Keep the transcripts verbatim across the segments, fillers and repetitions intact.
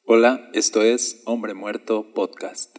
Hola, esto es Hombre Muerto Podcast.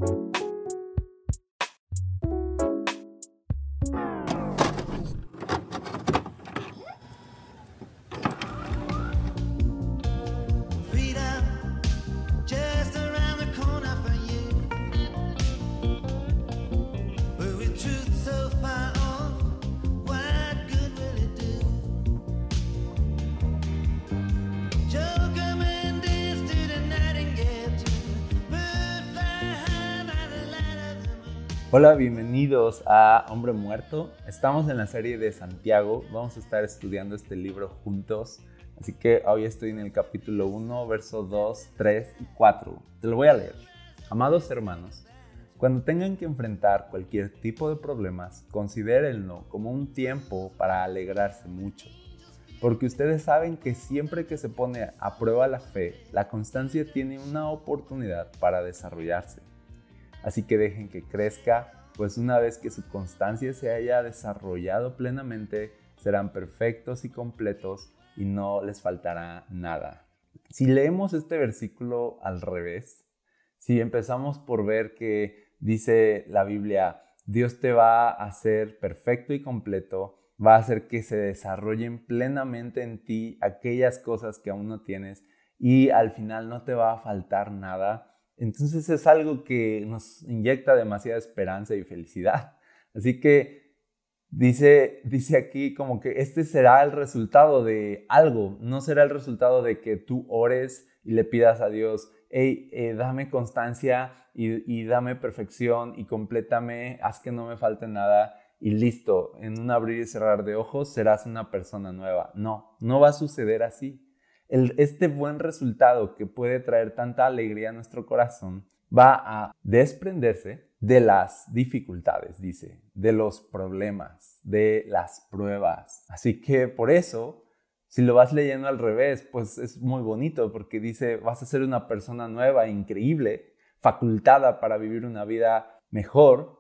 Hola, bienvenidos a Hombre Muerto. Estamos en la serie de Santiago. Vamos a estar estudiando este libro juntos. Así que hoy estoy en el capítulo uno, versos dos, tres y cuatro. Te lo voy a leer. Amados hermanos, cuando tengan que enfrentar cualquier tipo de problemas, considérenlo como un tiempo para alegrarse mucho. Porque ustedes saben que siempre que se pone a prueba la fe, la constancia tiene una oportunidad para desarrollarse. Así que dejen que crezca, pues una vez que su constancia se haya desarrollado plenamente, serán perfectos y completos y no les faltará nada. Si leemos este versículo al revés, si empezamos por ver que dice la Biblia, Dios te va a hacer perfecto y completo, va a hacer que se desarrollen plenamente en ti aquellas cosas que aún no tienes y al final no te va a faltar nada. Entonces es algo que nos inyecta demasiada esperanza y felicidad. Así que dice, dice aquí como que este será el resultado de algo. No será el resultado de que tú ores y le pidas a Dios, hey, eh, dame constancia y, y dame perfección y complétame, haz que no me falte nada y listo. En un abrir y cerrar de ojos serás una persona nueva. No, no va a suceder así. El, este buen resultado que puede traer tanta alegría a nuestro corazón va a desprenderse de las dificultades, dice, de los problemas, de las pruebas. Así que por eso, si lo vas leyendo al revés, pues es muy bonito porque dice, vas a ser una persona nueva, increíble, facultada para vivir una vida mejor,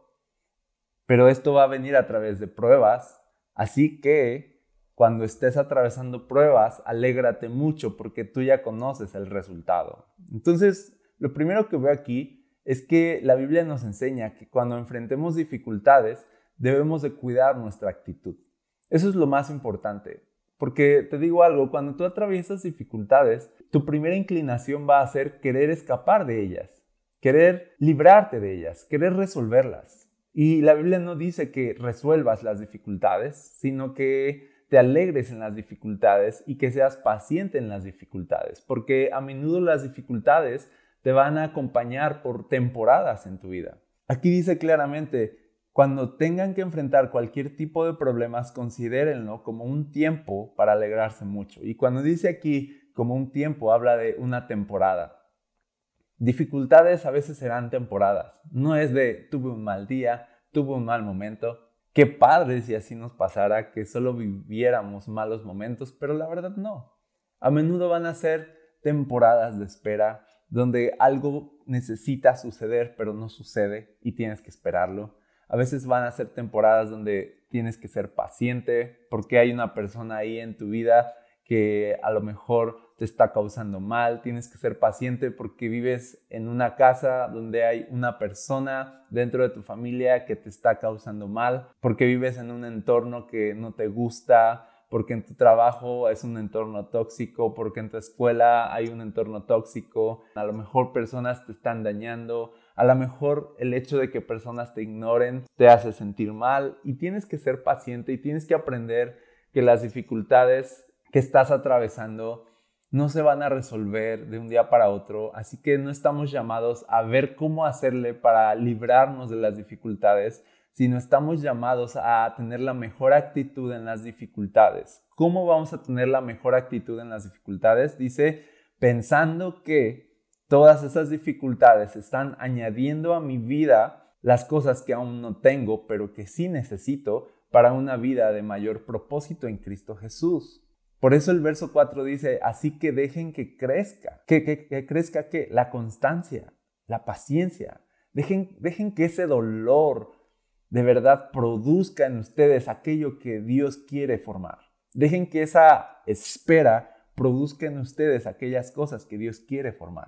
pero esto va a venir a través de pruebas, así que cuando estés atravesando pruebas, alégrate mucho porque tú ya conoces el resultado. Entonces, lo primero que veo aquí es que la Biblia nos enseña que cuando enfrentemos dificultades, debemos de cuidar nuestra actitud. Eso es lo más importante, porque te digo algo, cuando tú atraviesas dificultades, tu primera inclinación va a ser querer escapar de ellas, querer librarte de ellas, querer resolverlas. Y la Biblia no dice que resuelvas las dificultades, sino que te alegres en las dificultades y que seas paciente en las dificultades, porque a menudo las dificultades te van a acompañar por temporadas en tu vida. Aquí dice claramente, cuando tengan que enfrentar cualquier tipo de problemas, considérenlo como un tiempo para alegrarse mucho. Y cuando dice aquí como un tiempo, habla de una temporada. Dificultades a veces serán temporadas. No es de tuve un mal día, tuve un mal momento. Qué padre si así nos pasara, que solo viviéramos malos momentos, pero la verdad no. A menudo van a ser temporadas de espera, donde algo necesita suceder, pero no sucede y tienes que esperarlo. A veces van a ser temporadas donde tienes que ser paciente, porque hay una persona ahí en tu vida que a lo mejor te está causando mal. Tienes que ser paciente porque vives en una casa donde hay una persona dentro de tu familia que te está causando mal, porque vives en un entorno que no te gusta, porque en tu trabajo es un entorno tóxico, porque en tu escuela hay un entorno tóxico. A lo mejor personas te están dañando, a lo mejor el hecho de que personas te ignoren te hace sentir mal y tienes que ser paciente y tienes que aprender que las dificultades que estás atravesando no se van a resolver de un día para otro, así que no estamos llamados a ver cómo hacerle para librarnos de las dificultades, sino estamos llamados a tener la mejor actitud en las dificultades. ¿Cómo vamos a tener la mejor actitud en las dificultades? Dice, pensando que todas esas dificultades están añadiendo a mi vida las cosas que aún no tengo, pero que sí necesito para una vida de mayor propósito en Cristo Jesús. Por eso el verso cuatro dice, así que dejen que crezca. ¿Que, que, que crezca qué? La constancia, la paciencia. Dejen, dejen que ese dolor de verdad produzca en ustedes aquello que Dios quiere formar. Dejen que esa espera produzca en ustedes aquellas cosas que Dios quiere formar.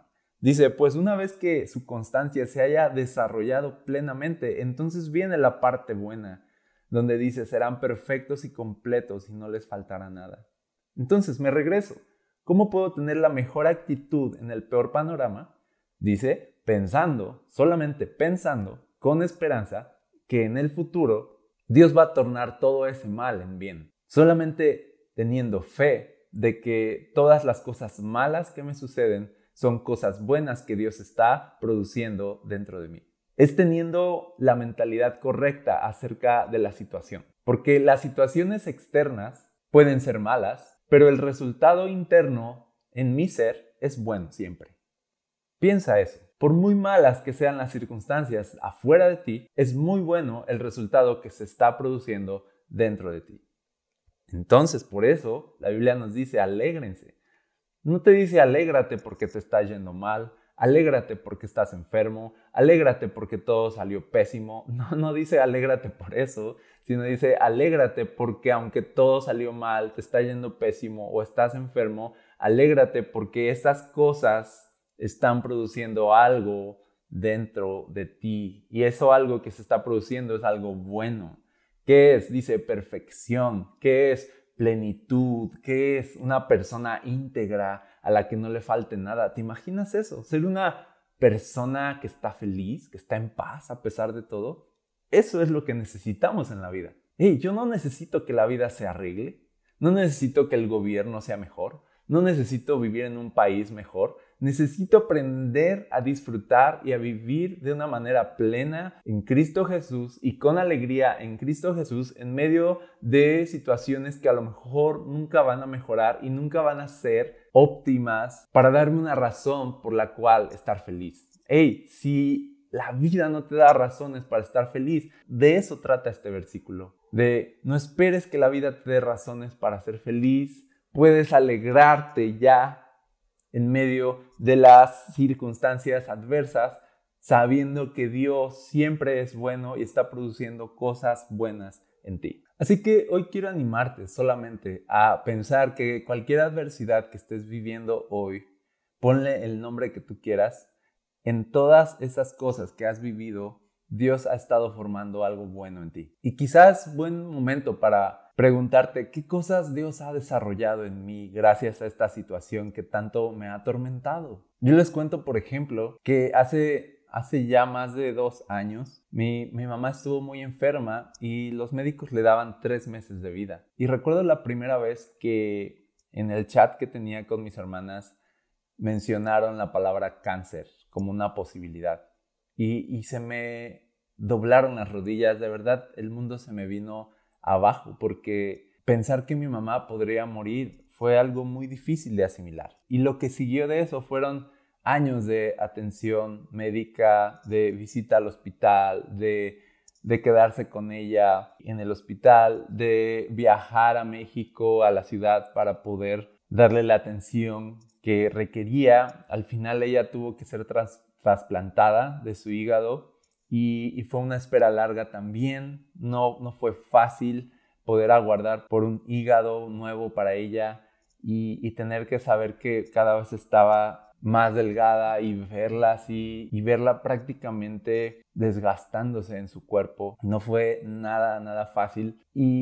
Dice, pues una vez que su constancia se haya desarrollado plenamente, entonces viene la parte buena, donde dice, serán perfectos y completos y no les faltará nada. Entonces me regreso. ¿Cómo puedo tener la mejor actitud en el peor panorama? Dice, pensando, solamente pensando, con esperanza, que en el futuro Dios va a tornar todo ese mal en bien. Solamente teniendo fe de que todas las cosas malas que me suceden son cosas buenas que Dios está produciendo dentro de mí. Es teniendo la mentalidad correcta acerca de la situación. Porque las situaciones externas pueden ser malas, pero el resultado interno en mi ser es bueno siempre. Piensa eso. Por muy malas que sean las circunstancias afuera de ti, es muy bueno el resultado que se está produciendo dentro de ti. Entonces, por eso, la Biblia nos dice, alégrense. No te dice alégrate porque te está yendo mal, alégrate porque estás enfermo, alégrate porque todo salió pésimo. No, no dice alégrate por eso, sino dice alégrate porque aunque todo salió mal, te está yendo pésimo o estás enfermo, alégrate porque esas cosas están produciendo algo dentro de ti. Y eso algo que se está produciendo es algo bueno. ¿Qué es? Dice perfección. ¿Qué es? Plenitud. ¿Qué es? Una persona íntegra a la que no le falte nada. ¿Te imaginas eso? Ser una persona que está feliz, que está en paz a pesar de todo. Eso es lo que necesitamos en la vida. Hey, yo no necesito que la vida se arregle. No necesito que el gobierno sea mejor. No necesito vivir en un país mejor. Necesito aprender a disfrutar y a vivir de una manera plena en Cristo Jesús y con alegría en Cristo Jesús en medio de situaciones que a lo mejor nunca van a mejorar y nunca van a ser óptimas para darme una razón por la cual estar feliz. Hey, si la vida no te da razones para estar feliz, de eso trata este versículo. De no esperes que la vida te dé razones para ser feliz. Puedes alegrarte ya en medio de las circunstancias adversas, sabiendo que Dios siempre es bueno y está produciendo cosas buenas en ti. Así que hoy quiero animarte solamente a pensar que cualquier adversidad que estés viviendo hoy, ponle el nombre que tú quieras, en todas esas cosas que has vivido, Dios ha estado formando algo bueno en ti. Y quizás buen momento para preguntarte qué cosas Dios ha desarrollado en mí gracias a esta situación que tanto me ha atormentado. Yo les cuento, por ejemplo, que hace, hace ya más de dos años mi, mi mamá estuvo muy enferma y los médicos le daban tres meses de vida. Y recuerdo la primera vez que en el chat que tenía con mis hermanas mencionaron la palabra cáncer como una posibilidad. Y, y se me doblaron las rodillas, de verdad el mundo se me vino abajo porque pensar que mi mamá podría morir fue algo muy difícil de asimilar. Y lo que siguió de eso fueron años de atención médica, de visita al hospital, de, de quedarse con ella en el hospital, de viajar a México, a la ciudad para poder darle la atención que requería. Al final ella tuvo que ser tras trasplantada de su hígado y, y fue una espera larga también. No, no fue fácil poder aguardar por un hígado nuevo para ella y, y tener que saber que cada vez estaba más delgada y verla así y verla prácticamente desgastándose en su cuerpo. No fue nada, nada fácil.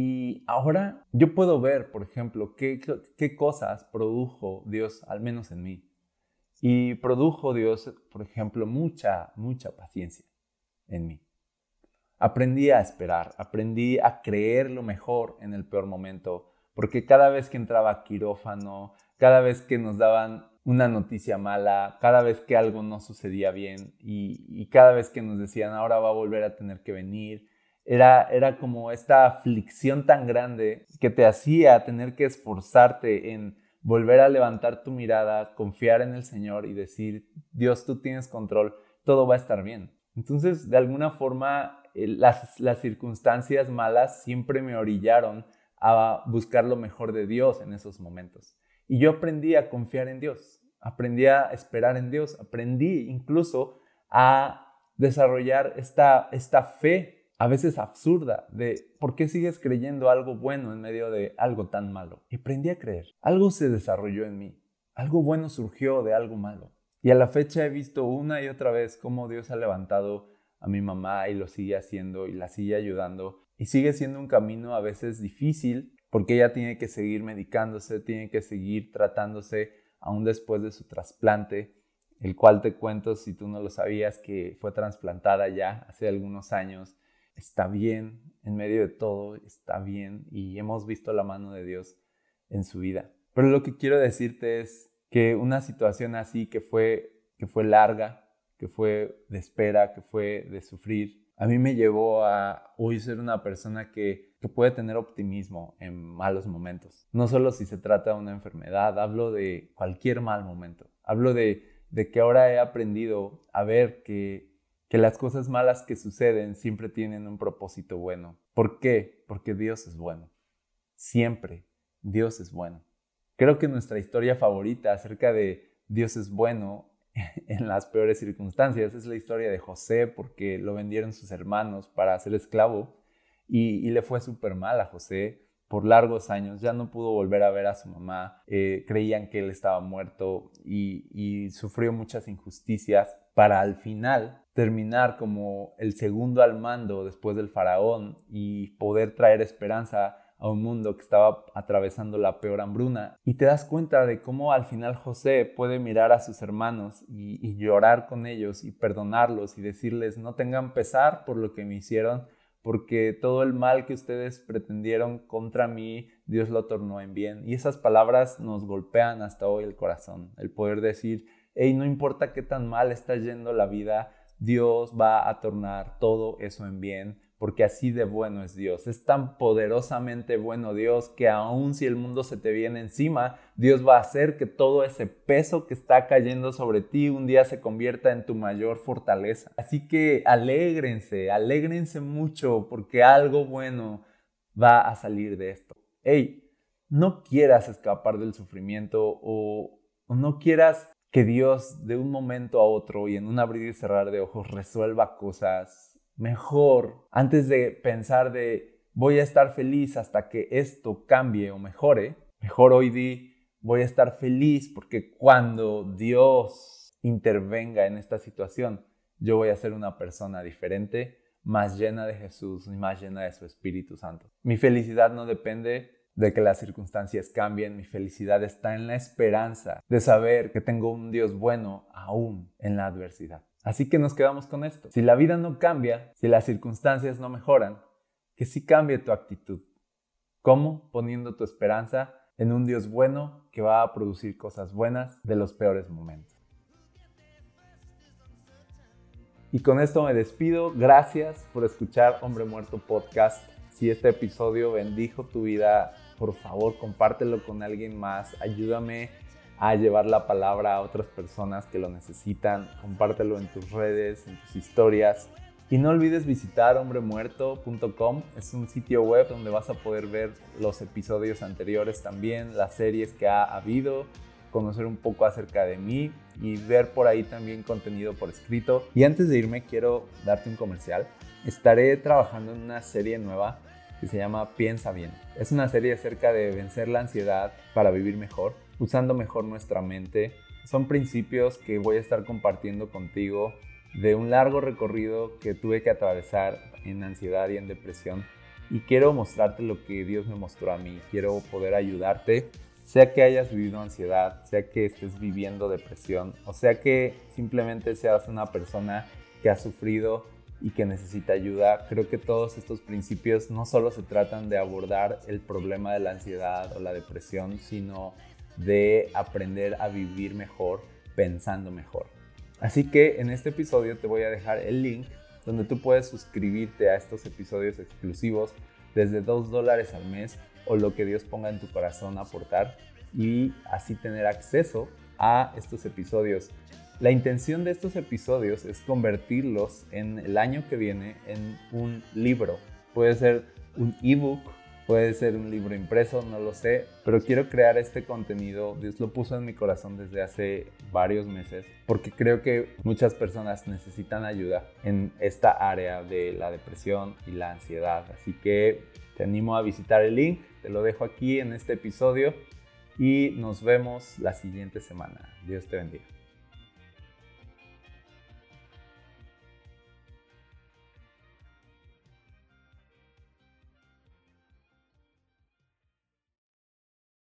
Y ahora yo puedo ver, por ejemplo, qué, qué cosas produjo Dios, al menos en mí. Y produjo Dios, por ejemplo, mucha, mucha paciencia en mí. Aprendí a esperar, aprendí a creer lo mejor en el peor momento, porque cada vez que entraba a quirófano, cada vez que nos daban una noticia mala, cada vez que algo no sucedía bien y, y cada vez que nos decían ahora va a volver a tener que venir, era, era como esta aflicción tan grande que te hacía tener que esforzarte en volver a levantar tu mirada, confiar en el Señor y decir, Dios, tú tienes control, todo va a estar bien. Entonces, de alguna forma, eh, las, las circunstancias malas siempre me orillaron a buscar lo mejor de Dios en esos momentos. Y yo aprendí a confiar en Dios, aprendí a esperar en Dios, aprendí incluso a desarrollar esta, esta fe a veces absurda de ¿por qué sigues creyendo algo bueno en medio de algo tan malo? Y aprendí a creer. Algo se desarrolló en mí. Algo bueno surgió de algo malo. Y a la fecha he visto una y otra vez cómo Dios ha levantado a mi mamá y lo sigue haciendo y la sigue ayudando. Y sigue siendo un camino a veces difícil porque ella tiene que seguir medicándose, tiene que seguir tratándose aún después de su trasplante, el cual te cuento, si tú no lo sabías, que fue trasplantada ya hace algunos años. Está bien, en medio de todo, está bien y hemos visto la mano de Dios en su vida. Pero lo que quiero decirte es que una situación así que fue, que fue larga, que fue de espera, que fue de sufrir, a mí me llevó a hoy ser una persona que, que puede tener optimismo en malos momentos. No solo si se trata de una enfermedad, hablo de cualquier mal momento. Hablo de, de que ahora he aprendido a ver que, que las cosas malas que suceden siempre tienen un propósito bueno. ¿Por qué? Porque Dios es bueno. Siempre Dios es bueno. Creo que nuestra historia favorita acerca de Dios es bueno en las peores circunstancias es la historia de José, porque lo vendieron sus hermanos para ser esclavo y, y le fue súper mal a José por largos años. Ya no pudo volver a ver a su mamá, eh, creían que él estaba muerto y, y sufrió muchas injusticias para al final terminar como el segundo al mando después del faraón y poder traer esperanza a un mundo que estaba atravesando la peor hambruna. Y te das cuenta de cómo al final José puede mirar a sus hermanos y, y llorar con ellos y perdonarlos y decirles: no tengan pesar por lo que me hicieron, porque todo el mal que ustedes pretendieron contra mí, Dios lo tornó en bien. Y esas palabras nos golpean hasta hoy el corazón. El poder decir: hey, no importa qué tan mal está yendo la vida, Dios va a tornar todo eso en bien, porque así de bueno es Dios. Es tan poderosamente bueno Dios que aun si el mundo se te viene encima, Dios va a hacer que todo ese peso que está cayendo sobre ti un día se convierta en tu mayor fortaleza. Así que alégrense, alégrense mucho, porque algo bueno va a salir de esto. Hey, no quieras escapar del sufrimiento o, o no quieras que Dios de un momento a otro y en un abrir y cerrar de ojos resuelva cosas. Mejor, antes de pensar de voy a estar feliz hasta que esto cambie o mejore, mejor hoy di voy a estar feliz porque cuando Dios intervenga en esta situación, yo voy a ser una persona diferente, más llena de Jesús y más llena de su Espíritu Santo. Mi felicidad no depende de que las circunstancias cambien, mi felicidad está en la esperanza de saber que tengo un Dios bueno aún en la adversidad. Así que nos quedamos con esto. Si la vida no cambia, si las circunstancias no mejoran, que sí cambie tu actitud. ¿Cómo? Poniendo tu esperanza en un Dios bueno que va a producir cosas buenas de los peores momentos. Y con esto me despido. Gracias por escuchar Hombre Muerto Podcast. Si este episodio bendijo tu vida, por favor, compártelo con alguien más. Ayúdame a llevar la palabra a otras personas que lo necesitan. Compártelo en tus redes, en tus historias. Y no olvides visitar hombre muerto punto com. Es un sitio web donde vas a poder ver los episodios anteriores también, las series que ha habido, conocer un poco acerca de mí y ver por ahí también contenido por escrito. Y antes de irme, quiero darte un comercial. Estaré trabajando en una serie nueva que se llama Piensa Bien. Es una serie acerca de vencer la ansiedad para vivir mejor, usando mejor nuestra mente. Son principios que voy a estar compartiendo contigo de un largo recorrido que tuve que atravesar en ansiedad y en depresión. Y quiero mostrarte lo que Dios me mostró a mí. Quiero poder ayudarte, sea que hayas vivido ansiedad, sea que estés viviendo depresión, o sea que simplemente seas una persona que ha sufrido y que necesita ayuda. Creo que todos estos principios no solo se tratan de abordar el problema de la ansiedad o la depresión, sino de aprender a vivir mejor, pensando mejor. Así que en este episodio te voy a dejar el link donde tú puedes suscribirte a estos episodios exclusivos desde dos dólares al mes o lo que Dios ponga en tu corazón aportar y así tener acceso a estos episodios. La intención de estos episodios es convertirlos en el año que viene en un libro. Puede ser un ebook, puede ser un libro impreso, no lo sé, pero quiero crear este contenido. Dios lo puso en mi corazón desde hace varios meses porque creo que muchas personas necesitan ayuda en esta área de la depresión y la ansiedad. Así que te animo a visitar el link, te lo dejo aquí en este episodio y nos vemos la siguiente semana. Dios te bendiga.